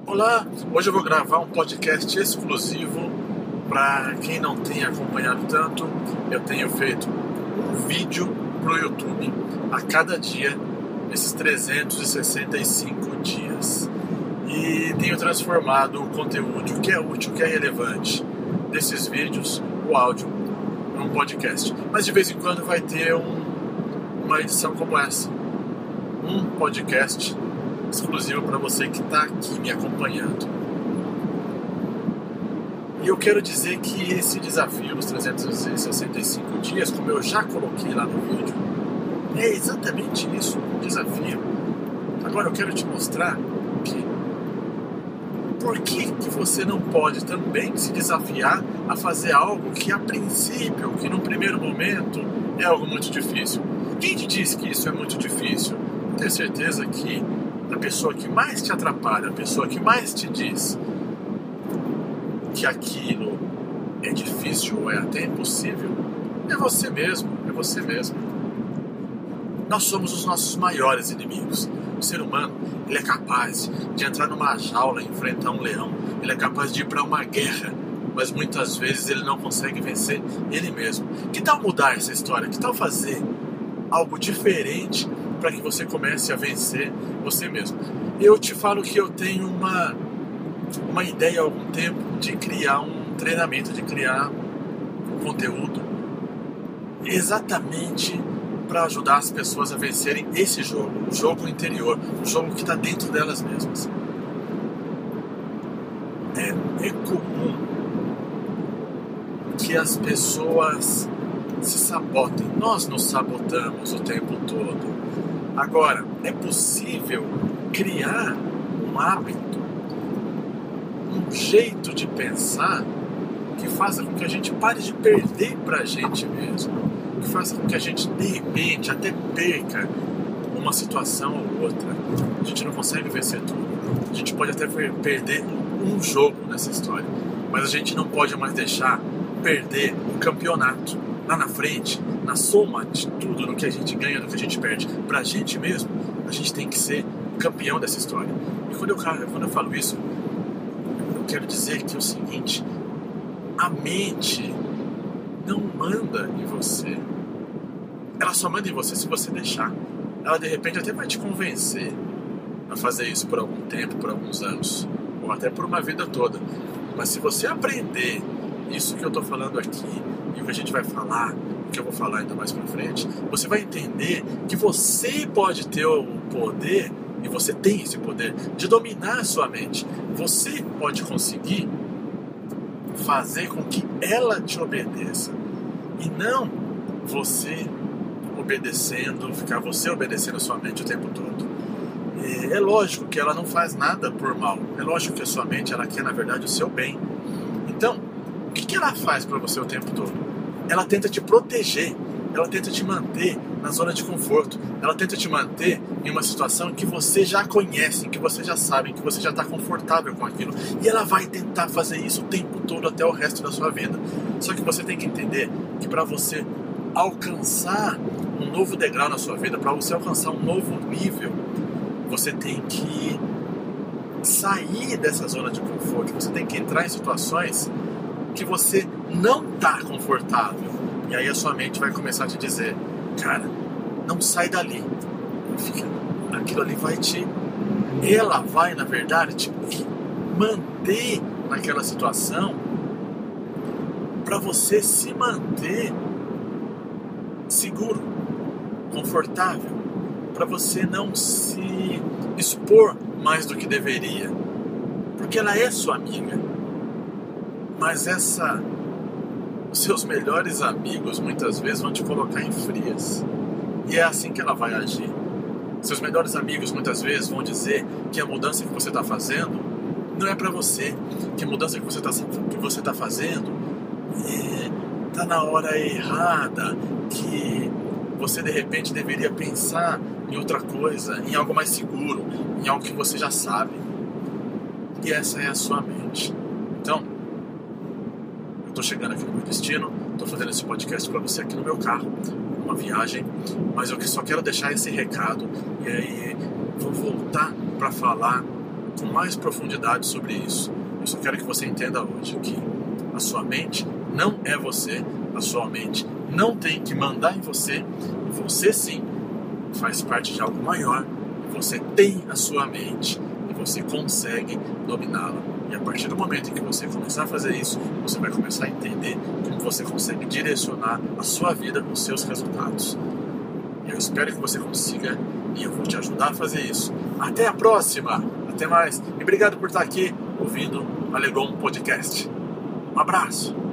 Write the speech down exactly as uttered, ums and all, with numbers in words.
Olá, hoje eu vou gravar um podcast exclusivo para quem não tem acompanhado tanto. Eu tenho feito um vídeo para o YouTube a cada dia, nesses trezentos e sessenta e cinco dias. E tenho transformado o conteúdo, o que é útil, o que é relevante desses vídeos, o áudio, em um podcast. Mas de vez em quando vai ter um, uma edição como essa, um podcast exclusivo para você que está aqui me acompanhando. E eu quero dizer que esse desafio dos trezentos e sessenta e cinco dias, como eu já coloquei lá no vídeo, é exatamente isso, um desafio. Agora eu quero te mostrar que por que, que você não pode também se desafiar a fazer algo que a princípio, que num primeiro momento é algo muito difícil. Quem te diz que isso é muito difícil? Eu tenho certeza que a pessoa que mais te atrapalha, a pessoa que mais te diz que aquilo é difícil ou é até impossível, é você mesmo, é você mesmo. Nós somos os nossos maiores inimigos. O ser humano, ele é capaz de entrar numa jaula e enfrentar um leão. Ele é capaz de ir para uma guerra, mas muitas vezes ele não consegue vencer ele mesmo. Que tal mudar essa história? Que tal fazer algo diferente para que você comece a vencer você mesmo? Eu te falo que eu tenho uma, uma ideia há algum tempo de criar um treinamento, de criar um conteúdo exatamente para ajudar as pessoas a vencerem esse jogo, o jogo interior, o jogo que está dentro delas mesmas. É, é comum que as pessoas se sabotem. Nós nos sabotamos o tempo todo. Agora, é possível criar um hábito, um jeito de pensar que faça com que a gente pare de perder para a gente mesmo, que faça com que a gente, de repente, até perca uma situação ou outra. A gente não consegue vencer tudo. A gente pode até perder um jogo nessa história, mas a gente não pode mais deixar perder o campeonato. Lá na frente, na soma de tudo no que a gente ganha, do que a gente perde, pra gente mesmo, a gente tem que ser campeão dessa história. E quando eu, quando eu falo isso, eu quero dizer que é o seguinte: a mente não manda em você. Ela só manda em você se você deixar. Ela de repente até vai te convencer a fazer isso por algum tempo, por alguns anos, ou até por uma vida toda. Mas se você aprender isso que eu estou falando aqui, e o que a gente vai falar, o que eu vou falar ainda mais pra frente, você vai entender que você pode ter o poder, e você tem esse poder, de dominar a sua mente. Você pode conseguir fazer com que ela te obedeça, e não você obedecendo, ficar você obedecendo a sua mente o tempo todo. E é lógico que ela não faz nada por mal, é lógico que a sua mente, ela quer na verdade o seu bem. Então, o que, que ela faz para você o tempo todo? Ela tenta te proteger, ela tenta te manter na zona de conforto, ela tenta te manter em uma situação que você já conhece, que você já sabe, que você já está confortável com aquilo. E ela vai tentar fazer isso o tempo todo até o resto da sua vida. Só que você tem que entender que para você alcançar um novo degrau na sua vida, para você alcançar um novo nível, você tem que sair dessa zona de conforto, você tem que entrar em situações que você não está confortável. E aí a sua mente vai começar a te dizer: cara, não sai dali. Fica, aquilo ali vai te... Ela vai, na verdade, te manter naquela situação para você se manter seguro, confortável, para você não se expor mais do que deveria. Porque ela é sua amiga. Mas essa, os seus melhores amigos muitas vezes vão te colocar em frias. E é assim que ela vai agir. Seus melhores amigos muitas vezes vão dizer que a mudança que você está fazendo não é para você. Que a mudança que você está que você tá fazendo está é, na hora errada. Que você de repente deveria pensar em outra coisa, em algo mais seguro, em algo que você já sabe. E essa é a sua mente. Então, eu estou chegando aqui no meu destino, estou fazendo esse podcast para você aqui no meu carro, uma viagem, mas eu só quero deixar esse recado, e aí vou voltar para falar com mais profundidade sobre isso. Eu só quero que você entenda hoje que a sua mente não é você, a sua mente não tem que mandar em você, você sim faz parte de algo maior, você tem a sua mente e você consegue dominá-la. E a partir do momento em que você começar a fazer isso, você vai começar a entender como você consegue direcionar a sua vida, os seus resultados. Eu espero que você consiga e eu vou te ajudar a fazer isso. Até a próxima! Até mais! E obrigado por estar aqui ouvindo o Alegon Podcast. Um abraço!